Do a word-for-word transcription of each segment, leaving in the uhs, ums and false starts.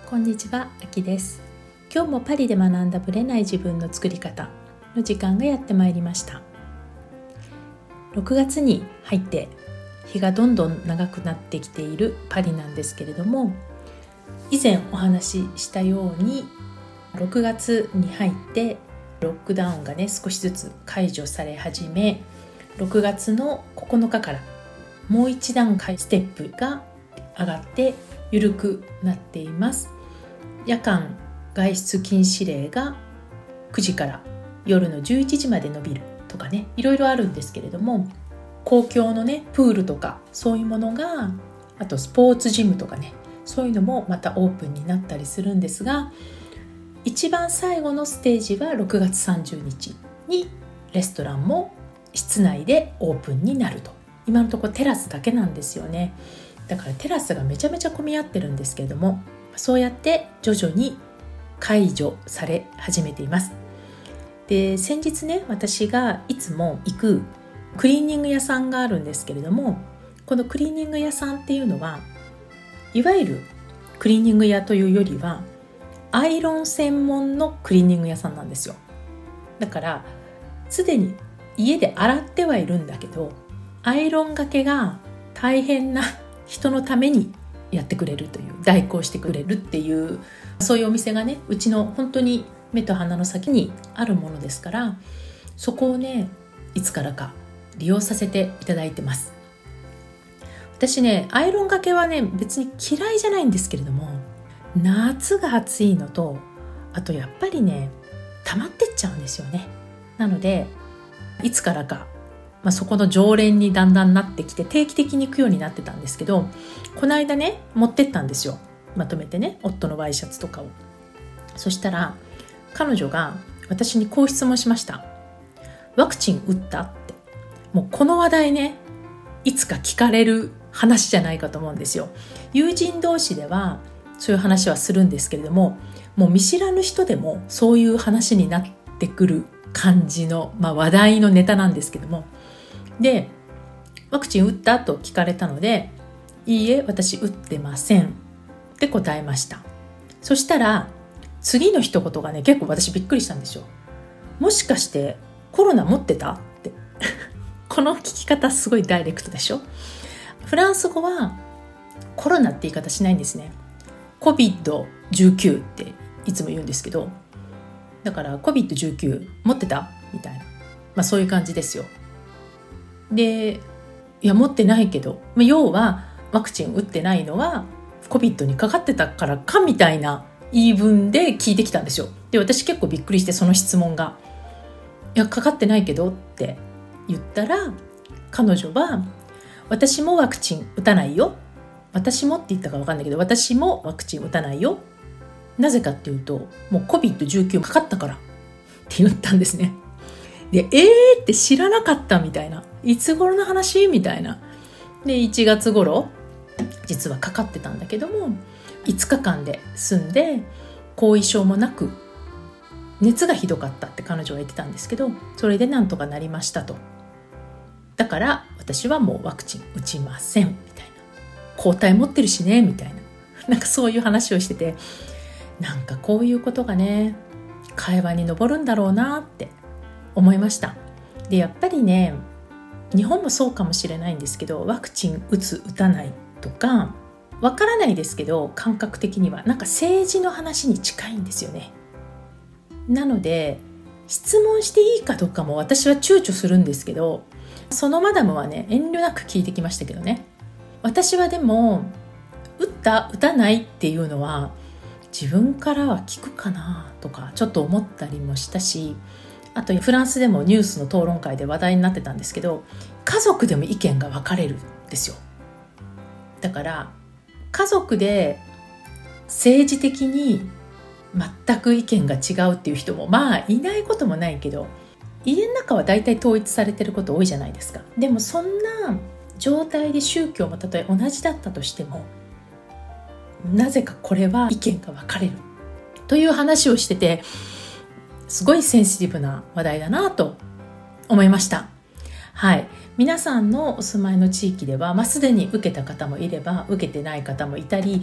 こんにちは、あきです。今日もパリで学んだブレない自分の作り方の時間がやってまいりました。ろくがつに入って日がどんどん長くなってきているパリなんですけれども、以前お話ししたようにろくがつに入ってロックダウンがね少しずつ解除され始め、ろくがつのここのかからもう一段階ステップが上がって緩くなっています。夜間外出禁止令がくじから夜のじゅういちじまで伸びるとかね、いろいろあるんですけれども、公共のねプールとかそういうものが、あとスポーツジムとかね、そういうのもまたオープンになったりするんですが、一番最後のステージはろくがつさんじゅうにちにレストランも室内でオープンになると。今のところテラスだけなんですよね。だからテラスがめちゃめちゃ混み合ってるんですけれども、そうやって徐々に解除され始めています。で、先日ね、私がいつも行くクリーニング屋さんがあるんですけれども、このクリーニング屋さんっていうのはいわゆるクリーニング屋というよりはアイロン専門のクリーニング屋さんなんですよ。だからすでに家で洗ってはいるんだけど、アイロンがけが大変な人のためにやってくれるという、代行してくれるっていう、そういうお店がね、うちの本当に目と鼻の先にあるものですから、そこをねいつからか利用させていただいてます。私ね、アイロンがけはね別に嫌いじゃないんですけれども、夏が暑いのと、あとやっぱりね溜まってっちゃうんですよね。なのでいつからか、まあ、そこの常連にだんだんなってきて定期的に行くようになってたんですけど、この間ね持ってったんですよ、まとめてね、夫のワイシャツとかを。そしたら彼女が私にこう質問しました。ワクチン打った？って。もうこの話題ね、いつか聞かれる話じゃないかと思うんですよ。友人同士ではそういう話はするんですけれども、もう見知らぬ人でもそういう話になってくる感じの、まあ、話題のネタなんですけども、で、ワクチン打った？と聞かれたので、いいえ、私打ってませんって答えました。そしたら次の一言がね、結構私びっくりしたんですよ。もしかしてコロナ持ってた？ってこの聞き方すごいダイレクトでしょ。フランス語はコロナって言い方しないんですね。 コビッドじゅうきゅう っていつも言うんですけど、だから コビッドじゅうきゅう 持ってた？みたいな、まあそういう感じですよ。で、いや持ってないけど、まあ、要はワクチン打ってないのは コビッド にかかってたからかみたいな言い分で聞いてきたんですよ。で、私結構びっくりして、その質問が、いやかかってないけどって言ったら、彼女は私もワクチン打たないよ、私もって言ったか分かんないけど、私もワクチン打たないよ、なぜかっていうともう コビッドじゅうきゅう かかったからって言ったんですね。で、えーって知らなかったみたいな、いつ頃の話みたいな。で、いちがつ頃実はかかってたんだけども、いつかかんで済んで後遺症もなく、熱がひどかったって彼女は言ってたんですけど、それでなんとかなりましたと。だから私はもうワクチン打ちませんみたいな、抗体持ってるしねみたいな、なんかそういう話をしてて、なんかこういうことがね会話に上るんだろうなって思いました。で、やっぱりね、日本もそうかもしれないんですけど、ワクチン打つ打たないとかわからないですけど、感覚的にはなんか政治の話に近いんですよね。なので質問していいかどうかも私は躊躇するんですけど、そのマダムはね遠慮なく聞いてきましたけどね。私はでも打った打たないっていうのは自分からは聞くかなとかちょっと思ったりもしたし、あとフランスでもニュースの討論会で話題になってたんですけど、家族でも意見が分かれるんですよ。だから家族で政治的に全く意見が違うっていう人もまあいないこともないけど、家の中はだいたい統一されてること多いじゃないですか。でもそんな状態で宗教もたとえ同じだったとしても、なぜかこれは意見が分かれるという話をしてて、すごいセンシティブな話題だなと思いました。はい、皆さんのお住まいの地域では、まあ、すでに受けた方もいれば受けてない方もいたり、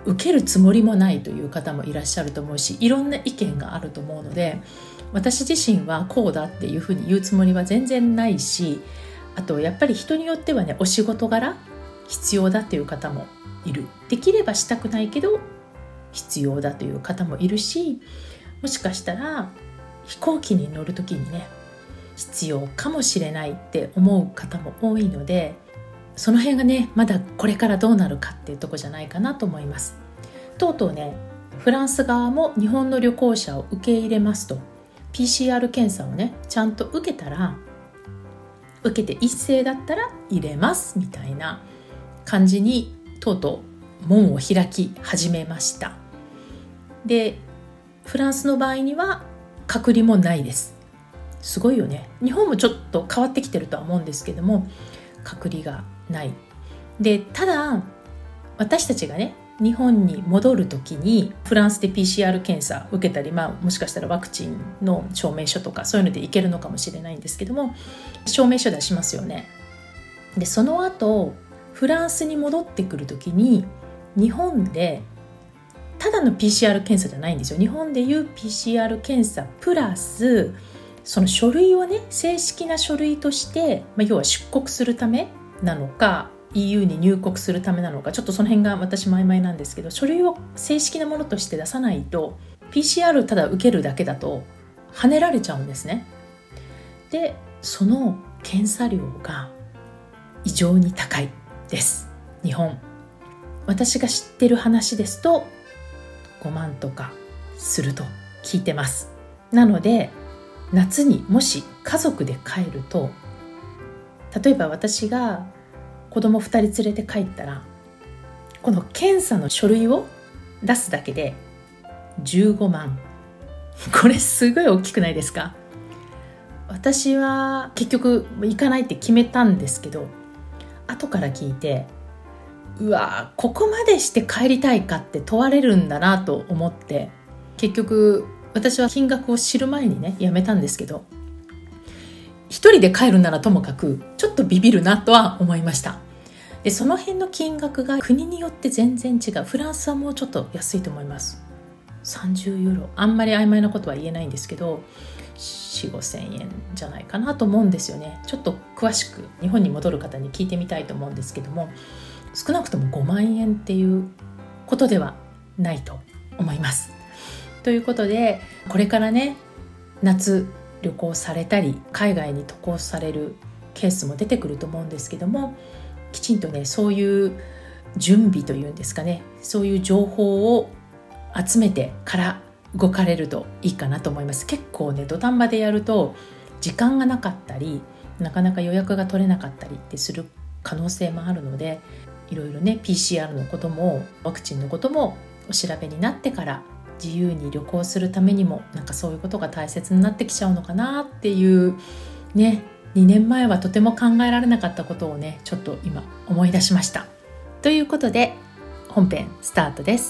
受けるつもりもないという方もいらっしゃると思うし、いろんな意見があると思うので、私自身はこうだっていうふうに言うつもりは全然ないし、あとやっぱり人によってはね、お仕事柄必要だという方もいる。できればしたくないけど必要だという方もいるし、もしかしたら飛行機に乗るときにね、必要かもしれないって思う方も多いので、その辺がね、まだこれからどうなるかっていうとこじゃないかなと思います。とうとうね、フランス側も日本の旅行者を受け入れますと、 ピーシーアール 検査をねちゃんと受けたら、受けて陰性だったら入れますみたいな感じにとうとう門を開き始めました。で、フランスの場合には隔離もないです。すごいよね。日本もちょっと変わってきてるとは思うんですけども、隔離がない。で、ただ私たちがね、日本に戻るときにフランスで ピーシーアール 検査受けたり、まあ、もしかしたらワクチンの証明書とかそういうのでいけるのかもしれないんですけども、証明書出しますよね。で、その後フランスに戻ってくるときに、日本でただの ピーシーアール 検査じゃないんですよ。日本でいう ピーシーアール 検査プラスその書類をね、正式な書類として、まあ、要は出国するためなのか イーユー に入国するためなのか、ちょっとその辺が私曖昧なんですけど、書類を正式なものとして出さないと ピーシーアール ただ受けるだけだと跳ねられちゃうんですね。で、その検査料が異常に高いです。日本、私が知ってる話ですとごまんとかすると聞いてます。なので夏にもし家族で帰ると、例えば私が子供ふたり連れて帰ったら、この検査の書類を出すだけでじゅうごまん。これすごい大きくないですか？私は結局行かないって決めたんですけど、後から聞いて、うわここまでして帰りたいかって問われるんだなと思って、結局私は金額を知る前にねやめたんですけど、一人で帰るならともかくちょっとビビるなとは思いました。で、その辺の金額が国によって全然違う。フランスはもうちょっと安いと思います。さんじゅうユーロ、あんまり曖昧なことは言えないんですけど、よん、ごせんえんじゃないかなと思うんですよね。ちょっと詳しく日本に戻る方に聞いてみたいと思うんですけども、少なくともごまんえんっていうことではないと思います。ということで、これからね、夏旅行されたり海外に渡航されるケースも出てくると思うんですけども、きちんとね、そういう準備というんですかね、そういう情報を集めてから動かれるといいかなと思います。結構ね、土壇場でやると時間がなかったり、なかなか予約が取れなかったりってする可能性もあるので、いろいろね ピーシーアール のこともワクチンのこともお調べになってから自由に旅行するためにも、なんかそういうことが大切になってきちゃうのかなっていうね、にねんまえはとても考えられなかったことをね、ちょっと今思い出しました。ということで本編スタートです。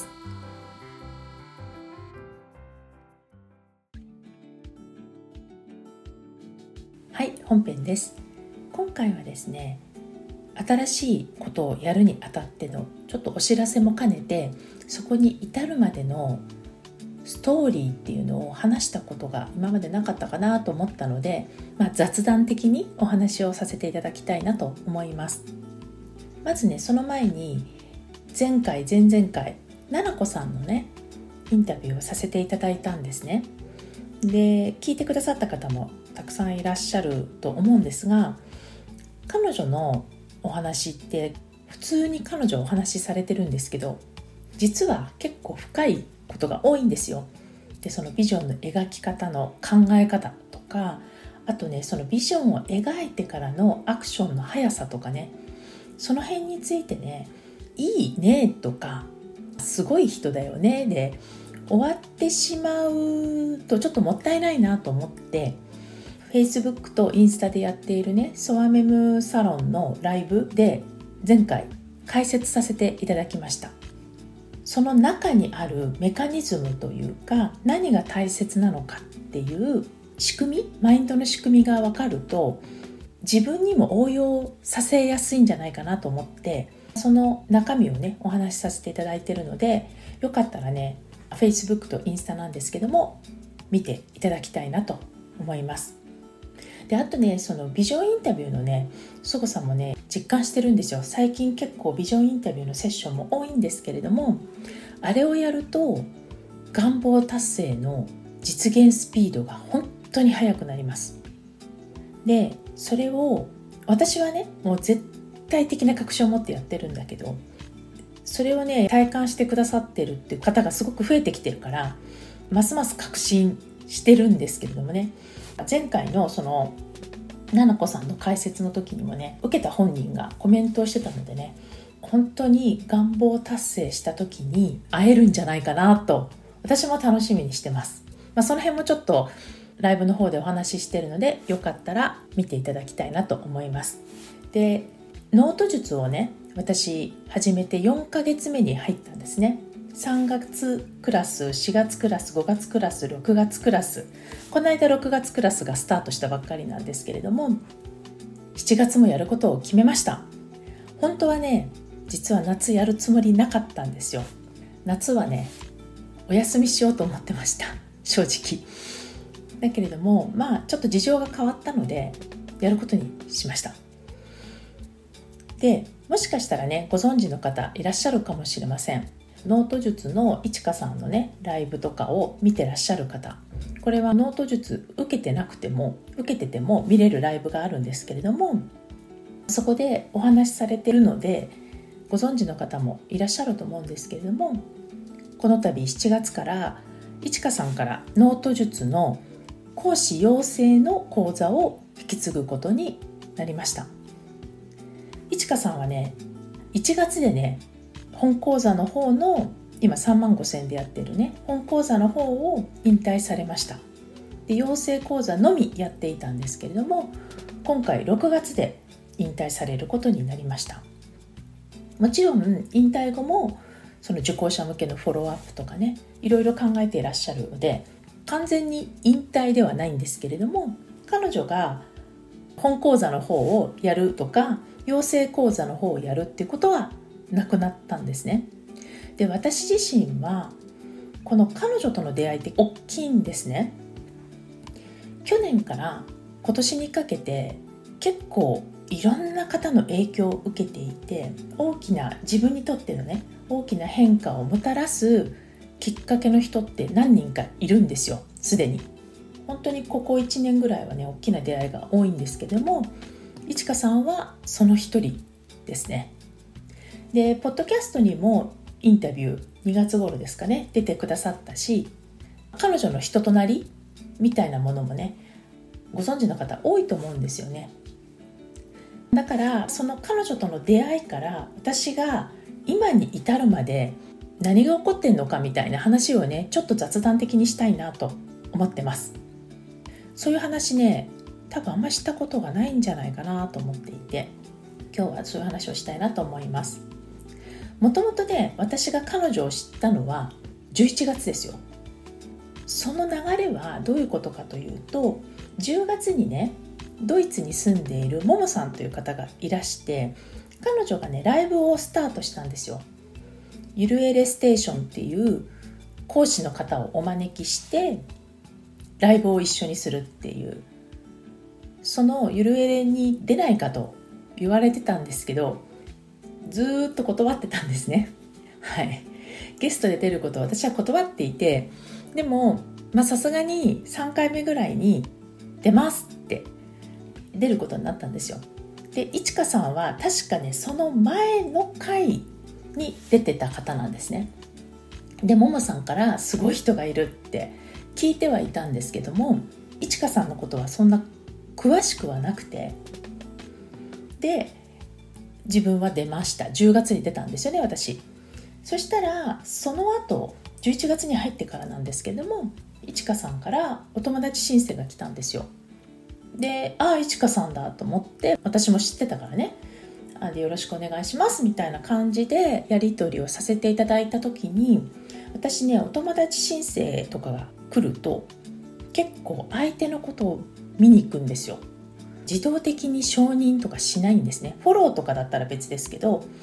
はい、本編です。今回はですね、新しいことをやるにあたってのちょっとお知らせも兼ねて、そこに至るまでのストーリーっていうのを話したことが今までなかったかなと思ったので、まあ、雑談的にお話をさせていただきたいなと思います。まずね、その前に前回前々回ななこさんのねインタビューをさせていただいたんですね。で、聞いてくださった方もたくさんいらっしゃると思うんですが、彼女のお話って普通に彼女お話しされてるんですけど、実は結構深いことが多いんですよ。で、そのビジョンの描き方の考え方とか、あとね、そのビジョンを描いてからのアクションの速さとかね、その辺についてね、いいねとかすごい人だよねで終わってしまうとちょっともったいないなと思って、 Facebook とインスタでやっているねソアメムサロンのライブで前回解説させていただきました。その中にあるメカニズムというか、何が大切なのかっていう仕組み、マインドの仕組みが分かると自分にも応用させやすいんじゃないかなと思って、 その中身をねお話しさせていただいているので、よかったらね Facebook とインスタなんですけども見ていただきたいなと思います。であとね、そのビジョンインタビューのね凄さもね実感してるんですよ。最近結構ビジョンインタビューのセッションも多いんですけれども、あれをやると願望達成の実現スピードが本当に速くなります。でそれを私はねもう絶対的な確証を持ってやってるんだけど、それをね体感してくださってるっていう方がすごく増えてきてるから、ますます確信してるんですけれどもね、前回のそのななこさんの解説の時にもね受けた本人がコメントをしてたのでね、本当に願望達成した時に会えるんじゃないかなと私も楽しみにしてます。まあ、その辺もちょっとライブの方でお話ししてるので、よかったら見ていただきたいなと思います。でノート術をね私始めてよんかげつめに入ったんですね。さんがつクラス、しがつクラス、ごがつクラス、ろくがつクラス、この間ろくがつクラスがスタートしたばっかりなんですけれども、しちがつもやることを決めました。本当はね実は夏やるつもりなかったんですよ。夏はねお休みしようと思ってました、正直。だけれどもまあちょっと事情が変わったのでやることにしました。でもしかしたらねご存知の方いらっしゃるかもしれません。ノート術のいちかさんのねライブとかを見てらっしゃる方、これはノート術受けてなくても受けてても見れるライブがあるんですけれども、そこでお話しされているのでご存知の方もいらっしゃると思うんですけれども、この度しちがつからいちかさんからノート術の講師養成の講座を引き継ぐことになりました。いちかさんはねいちがつでね本講座の方の今さんまんごせんえんでやってるね本講座の方を引退されました。で養成講座のみやっていたんですけれども、今回ろくがつで引退されることになりました。もちろん引退後もその受講者向けのフォローアップとかねいろいろ考えていらっしゃるので、完全に引退ではないんですけれども、彼女が本講座の方をやるとか養成講座の方をやるっていうことはなくなったんですね。で私自身はこの彼女との出会いって大きいんですね。去年から今年にかけて結構いろんな方の影響を受けていて、大きな自分にとってのね大きな変化をもたらすきっかけの人って何人かいるんですよ。すでに本当にここいちねんぐらいはね大きな出会いが多いんですけども、いちかさんはその一人ですね。でポッドキャストにもインタビューにがつ頃ですかね出てくださったし、彼女の人となりみたいなものもねご存知の方多いと思うんですよね。だからその彼女との出会いから私が今に至るまで何が起こってんのかみたいな話をねちょっと雑談的にしたいなと思ってます。そういう話ね多分あんまりしたことがないんじゃないかなと思っていて、今日はそういう話をしたいなと思います。もともとね私が彼女を知ったのはじゅういちがつですよ。その流れはどういうことかというと、じゅうがつにねドイツに住んでいるももさんという方がいらして、彼女がねライブをスタートしたんですよ。ゆるエレステーションっていう講師の方をお招きしてライブを一緒にするっていう、そのゆるエレに出ないかと言われてたんですけど、ずーっと断ってたんですね。はい、ゲストで出ることを私は断っていて、でもさすがにさんかいめぐらいに出ますって出ることになったんですよ。でいちかさんは確かねその前の回に出てた方なんですね。でももさんからすごい人がいるって聞いてはいたんですけども、いちかさんのことはそんな詳しくはなくて、で自分は出ました。じゅうがつに出たんですよね私。そしたらその後じゅういちがつに入ってからなんですけども、いちかさんからお友達申請が来たんですよ。で、ああいちかさんだと思って、私も知ってたからね、あでよろしくお願いしますみたいな感じでやり取りをさせていただいた時に、私ねお友達申請とかが来ると結構相手のことを見に行くんですよ。自動的に承認とかしないんですね。フォローとかだったら別ですけど、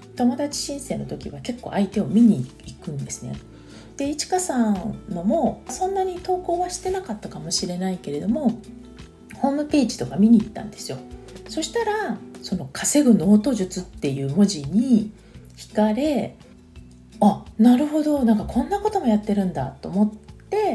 友達申請の時は結構相手を見に行くんですね。でいちかさんのもそんなに投稿はしてなかったかもしれないけれども、ホームページとか見に行ったんですよ。そしたらその稼ぐノート術っていう文字に惹かれ、あ、なるほど、なんかこんなこともやってるんだと思って、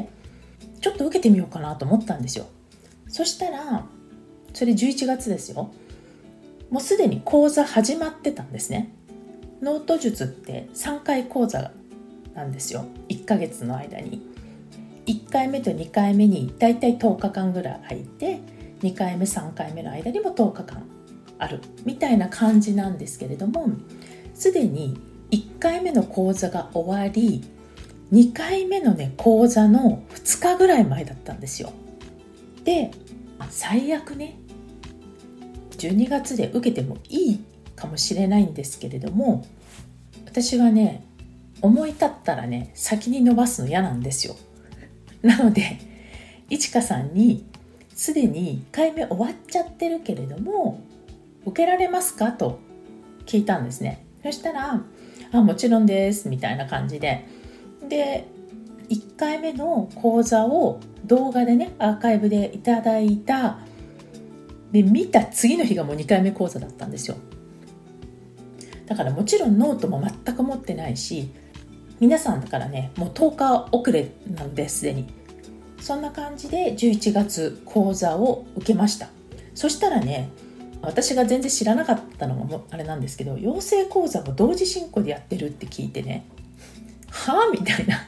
ちょっと受けてみようかなと思ったんですよ。そしたらそれじゅういちがつですよ。もうすでに講座始まってたんですね。ノート術ってさんかい講座なんですよ。いっかげつの間にいっかいめとにかいめにだいたいとおかかんぐらい空いて、にかいめさんかいめの間にもとおかかんあるみたいな感じなんですけれども、すでにいっかいめの講座が終わり、にかいめのね講座のふつかぐらい前だったんですよ。で、最悪ねじゅうにがつで受けてもいいかもしれないんですけれども、私はね思い立ったらね先に伸ばすの嫌なんですよ。なのでいちかさんにすでにいっかいめ終わっちゃってるけれども受けられますかと聞いたんですね。そしたら、あ、もちろんですみたいな感じで、でいっかいめの講座を動画でねアーカイブでいただいた。で見た次の日がもうにかいめ講座だったんですよ。だからもちろんノートも全く持ってないし、皆さんだからねもうとおか遅れなのですでに。そんな感じでじゅういちがつ講座を受けました。そしたらね、私が全然知らなかったのがあれなんですけど、養成講座を同時進行でやってるって聞いてね、はぁみたいな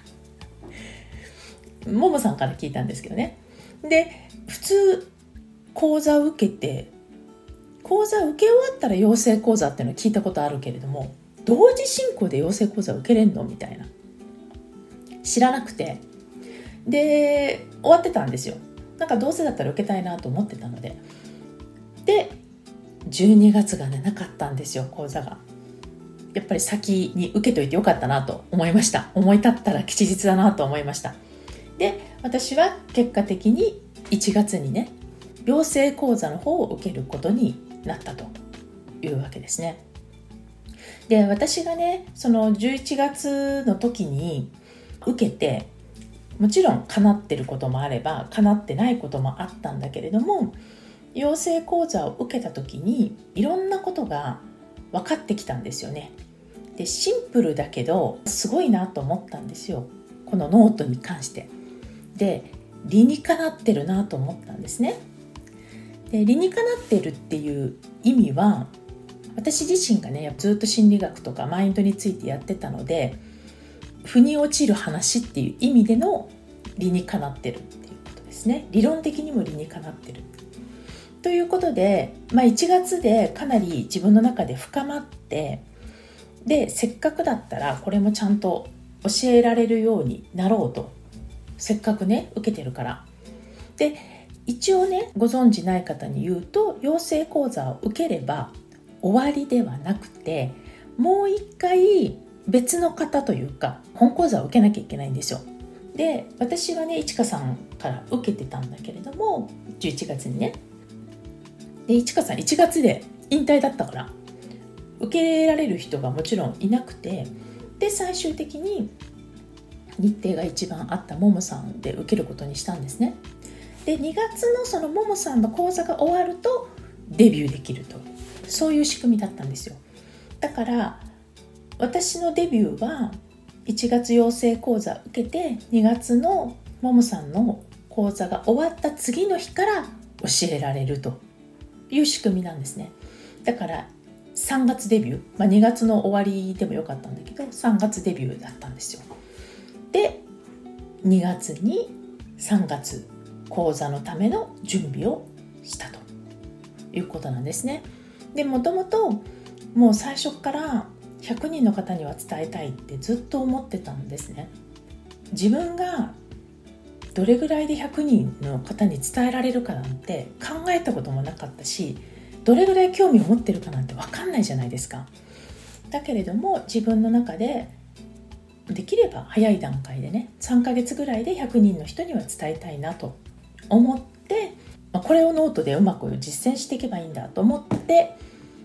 ももさんから聞いたんですけどね。で普通講座を受けて講座を受け終わったら養成講座っていうのを聞いたことあるけれども、同時進行で養成講座を受けれんのみたいな、知らなくて、で終わってたんですよ。なんかどうせだったら受けたいなと思ってたので、でじゅうにがつがねなかったんですよ講座が。やっぱり先に受けといてよかったなと思いました。思い立ったら吉日だなと思いました。で私は結果的にいちがつにね養成講座の方を受けることになったというわけですね。で私がねそのじゅういちがつの時に受けて、もちろん叶ってることもあれば叶ってないこともあったんだけれども、養成講座を受けた時にいろんなことが分かってきたんですよね。でシンプルだけどすごいなと思ったんですよ、このノートに関して。で理にかなってるなと思ったんですね。で理にかなってるっていう意味は、私自身がねずっと心理学とかマインドについてやってたので、腑に落ちる話っていう意味での理にかなってるっていうことですね。理論的にも理にかなってるということで、まあ、いちがつでかなり自分の中で深まって、でせっかくだったらこれもちゃんと教えられるようになろうと、せっかくね受けてるから。で一応ねご存じない方に言うと、養成講座を受ければ終わりではなくて、もう一回別の方というか本講座を受けなきゃいけないんですよ。で私はねいちかさんから受けてたんだけれども、じゅういちがつにね、でいちかさんいちがつで引退だったから受けられる人がもちろんいなくて、で最終的に日程が一番あったももさんで受けることにしたんですね。でにがつのそのももさんの講座が終わるとデビューできると、そういう仕組みだったんですよ。だから私のデビューはいちがつ養成講座受けて、にがつのももさんの講座が終わった次の日から教えられるという仕組みなんですね。だからさんがつデビュー、まあ、にがつの終わりでもよかったんだけどさんがつデビューだったんですよ。でにがつにさんがつ講座のための準備をしたということなんですね。でもともともう最初からひゃくにんの方には伝えたいってずっと思ってたんですね。自分がどれぐらいでひゃくにんの方に伝えられるかなんて考えたこともなかったし、どれぐらい興味を持ってるかなんて分かんないじゃないですか。だけれども自分の中でできれば早い段階でねさんかげつぐらいでひゃくにんの人には伝えたいなと思って、これをノートでうまく実践していけばいいんだと思って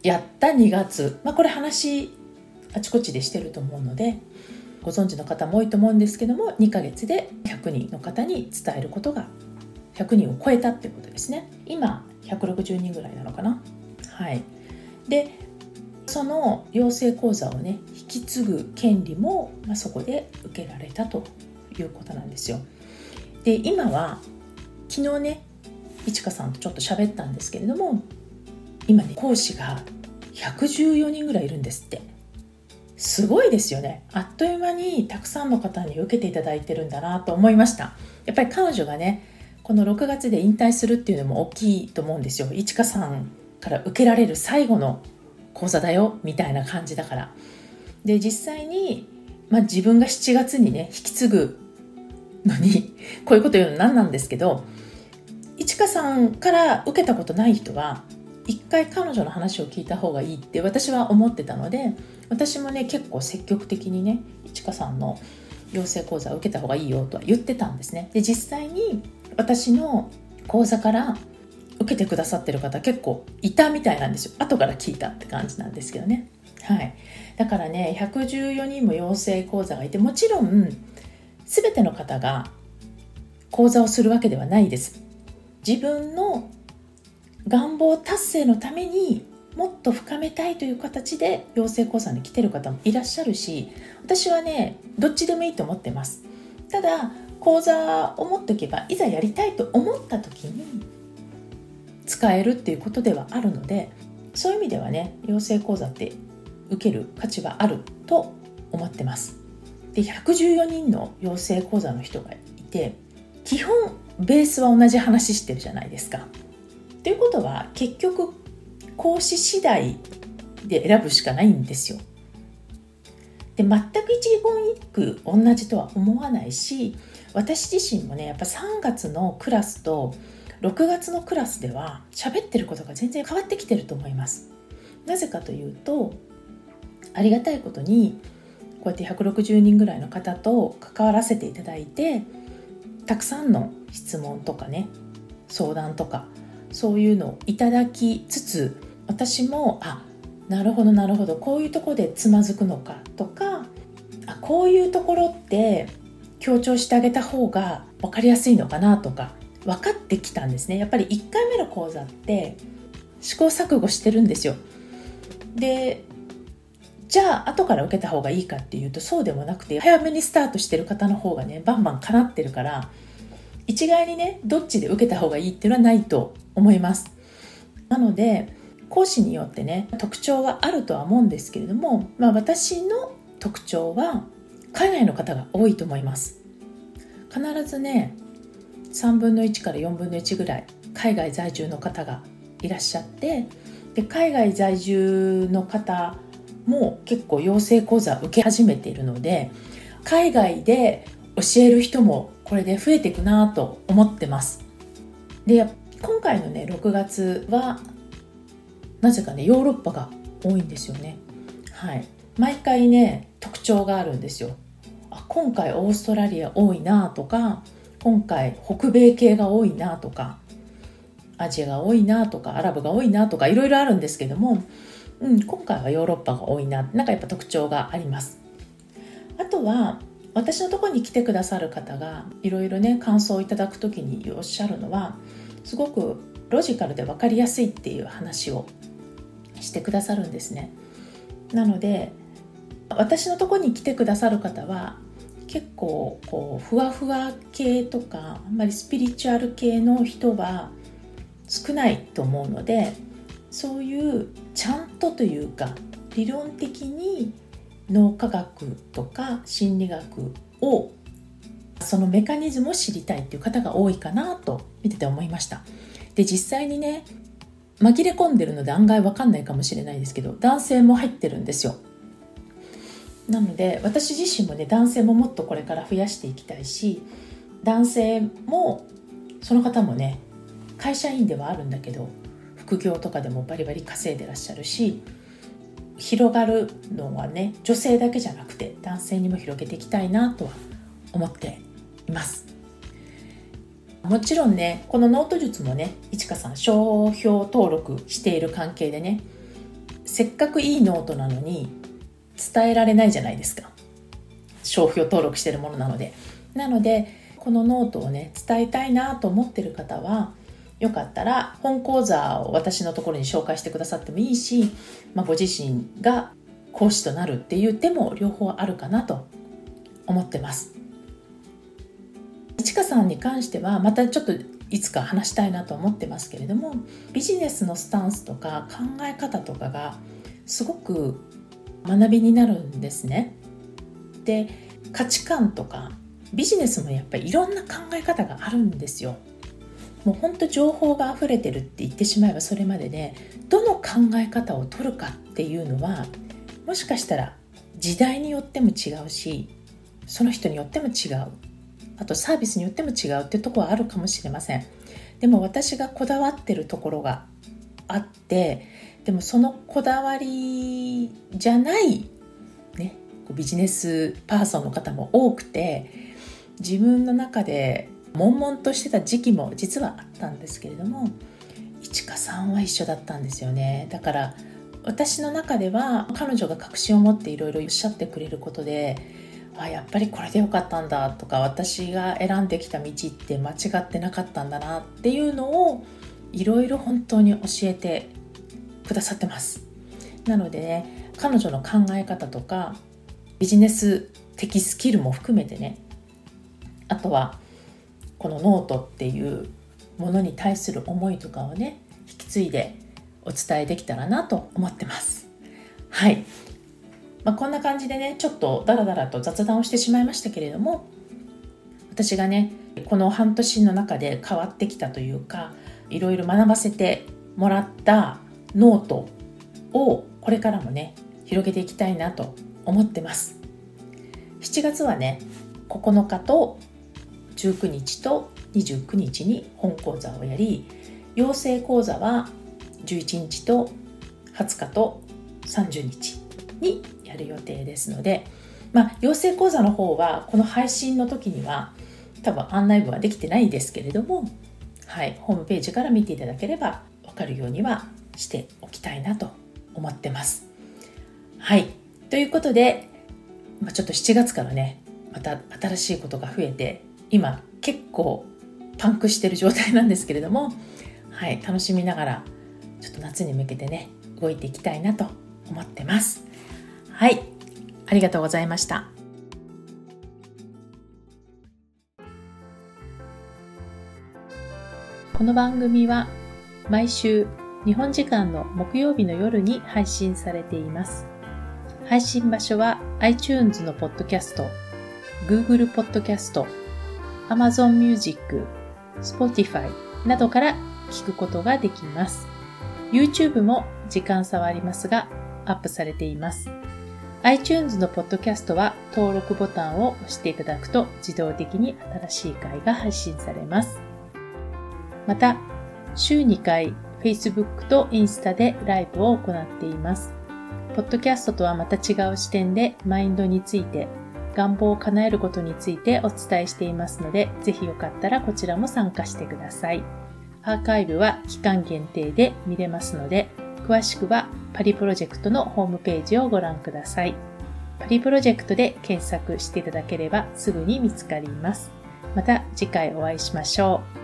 やったにがつ、まあ、これ話あちこちでしてると思うのでご存知の方も多いと思うんですけども、にかげつでひゃくにんの方に伝えることがひゃくにんを超えたっていうことですね。今ひゃくろくじゅうにんぐらいなのかな。はい。でその養成講座をね引き継ぐ権利も、まあ、そこで受けられたということなんですよ。で今は昨日ねいちかさんとちょっと喋ったんですけれども、今ね講師がひゃくじゅうよにんぐらいいるんですって。すごいですよね。あっという間にたくさんの方に受けていただいてるんだなと思いました。やっぱり彼女がねこのろくがつで引退するっていうのも大きいと思うんですよ。いちかさんから受けられる最後の講座だよみたいな感じだから。で実際に、まあ、自分がしちがつにね引き継ぐのにこういうこと言うの何なんですけど、いちかさんから受けたことない人は一回彼女の話を聞いた方がいいって私は思ってたので、私もね結構積極的にねいちかさんの養成講座を受けた方がいいよとは言ってたんですね。で実際に私の講座から受けてくださってる方結構いたみたいなんですよ。後から聞いたって感じなんですけどね。はい。だからねひゃくじゅうよにんも養成講座がいて、もちろん全ての方が講座をするわけではないです。自分の願望達成のためにもっと深めたいという形で養成講座に来てる方もいらっしゃるし、私はねどっちでもいいと思ってます。ただ講座を持っておけばいざやりたいと思った時に使えるっていうことではあるので、そういう意味ではね養成講座って受ける価値はあると思ってます。でひゃくじゅうよにんの養成講座の人がいて、基本ベースは同じ話してるじゃないですか。ということは結局講師次第で選ぶしかないんですよ。で全く一言一句同じとは思わないし、私自身もねやっぱさんがつのクラスとろくがつのクラスでは喋ってることが全然変わってきてると思います。なぜかというと、ありがたいことにこうやってひゃくろくじゅうにんぐらいの方と関わらせていただいて、たくさんの質問とかね相談とかそういうのをいただきつつ、私もあなるほどなるほどこういうところでつまずくのかとか、あこういうところって強調してあげた方が分かりやすいのかなとか分かってきたんですね。やっぱりいっかいめの講座って試行錯誤してるんですよ。でじゃあ後から受けた方がいいかっていうとそうでもなくて、早めにスタートしてる方の方がねバンバン叶ってるから、一概にねどっちで受けた方がいいっていうのはないと思います。なので講師によってね特徴はあるとは思うんですけれども、まあ、私の特徴は海外の方が多いと思います。必ずねさんぶんのいちからよんぶんのいちぐらい海外在住の方がいらっしゃって、で海外在住の方も結構養成講座受け始めているので、海外で教える人もこれで増えていくなと思ってます。で今回のねろくがつはなぜかねヨーロッパが多いんですよね。はい、毎回ね特徴があるんですよ。あ今回オーストラリア多いなとか、今回北米系が多いなとか、アジアが多いなとか、アラブが多いなとかいろいろあるんですけども、うん、今回はヨーロッパが多いな、なんかやっぱ特徴があります。あとは私のところに来てくださる方がいろいろね感想をいただくときにおっしゃるのは、すごくロジカルで分かりやすいっていう話をしてくださるんですね。なので私のところに来てくださる方は結構こうふわふわ系とかあんまりスピリチュアル系の人は少ないと思うので、そういうちゃんとというか理論的に脳科学とか心理学をそのメカニズムを知りたいっていう方が多いかなと見てて思いました。で実際にね紛れ込んでるので案外わかんないかもしれないですけど、男性も入ってるんですよ。なので私自身もね男性ももっとこれから増やしていきたいし、男性もその方もね会社員ではあるんだけど副業とかでもバリバリ稼いでらっしゃるし、広がるのはね女性だけじゃなくて男性にも広げていきたいなとは思っています。もちろんねこのノート術もねいちかさん商標登録している関係でねせっかくいいノートなのに伝えられないじゃないですか。商標登録しているものなので。なのでこのノートをね伝えたいなと思っている方は、よかったら本講座を私のところに紹介してくださってもいいし、まあ、ご自身が講師となるっていう手も両方あるかなと思ってます。いちかさんに関してはまたちょっといつか話したいなと思ってますけれども、ビジネスのスタンスとか考え方とかがすごく学びになるんですね。で、価値観とかビジネスもやっぱりいろんな考え方があるんですよ。もう本当情報が溢れてるって言ってしまえばそれまでで、どの考え方を取るかっていうのはもしかしたら時代によっても違うし、その人によっても違う、あとサービスによっても違うっていうところはあるかもしれません。でも私がこだわってるところがあって、でもそのこだわりじゃないね、ビジネスパーソンの方も多くて、自分の中で悶々としてた時期も実はあったんですけれども、いちかさんは一緒だったんですよね。だから私の中では彼女が確信を持っていろいろおっしゃってくれることで、あ、やっぱりこれでよかったんだとか、私が選んできた道って間違ってなかったんだなっていうのをいろいろ本当に教えてくださってます。なのでね、彼女の考え方とかビジネス的スキルも含めてね、あとはこのノートっていうものに対する思いとかをね、引き継いでお伝えできたらなと思ってます。はい、まあ、こんな感じでね、ちょっとダラダラと雑談をしてしまいましたけれども、私がねこの半年の中で変わってきたというか、いろいろ学ばせてもらったノートをこれからもね広げていきたいなと思ってます。しちがつはねここのかとじゅうくにちとにじゅうくにちに本講座をやり、養成講座はじゅういちにちとはつかとさんじゅうにちにやる予定ですので、まあ、養成講座の方はこの配信の時には多分案内文はできてないですけれども、はい、ホームページから見ていただければ分かるようにはしておきたいなと思ってます。はい、ということで、まあ、ちょっとしちがつからねまた新しいことが増えて、今結構パンクしてる状態なんですけれども、はい、楽しみながらちょっと夏に向けてね動いていきたいなと思ってます。はい、ありがとうございました。この番組は毎週日本時間の木曜日の夜に配信されています。配信場所は iTunes のポッドキャスト、Google ポッドキャスト、Amazon Music、Spotify などから聞くことができます。YouTube も時間差はありますがアップされています。iTunes のポッドキャストは登録ボタンを押していただくと自動的に新しい回が配信されます。また、週にかい Facebook とインスタでライブを行っています。ポッドキャストとはまた違う視点でマインドについて、願望を叶えることについてお伝えしていますので、ぜひよかったらこちらも参加してください。アーカイブは期間限定で見れますので、詳しくはパリプロジェクトのホームページをご覧ください。パリプロジェクトで検索していただければすぐに見つかります。また次回お会いしましょう。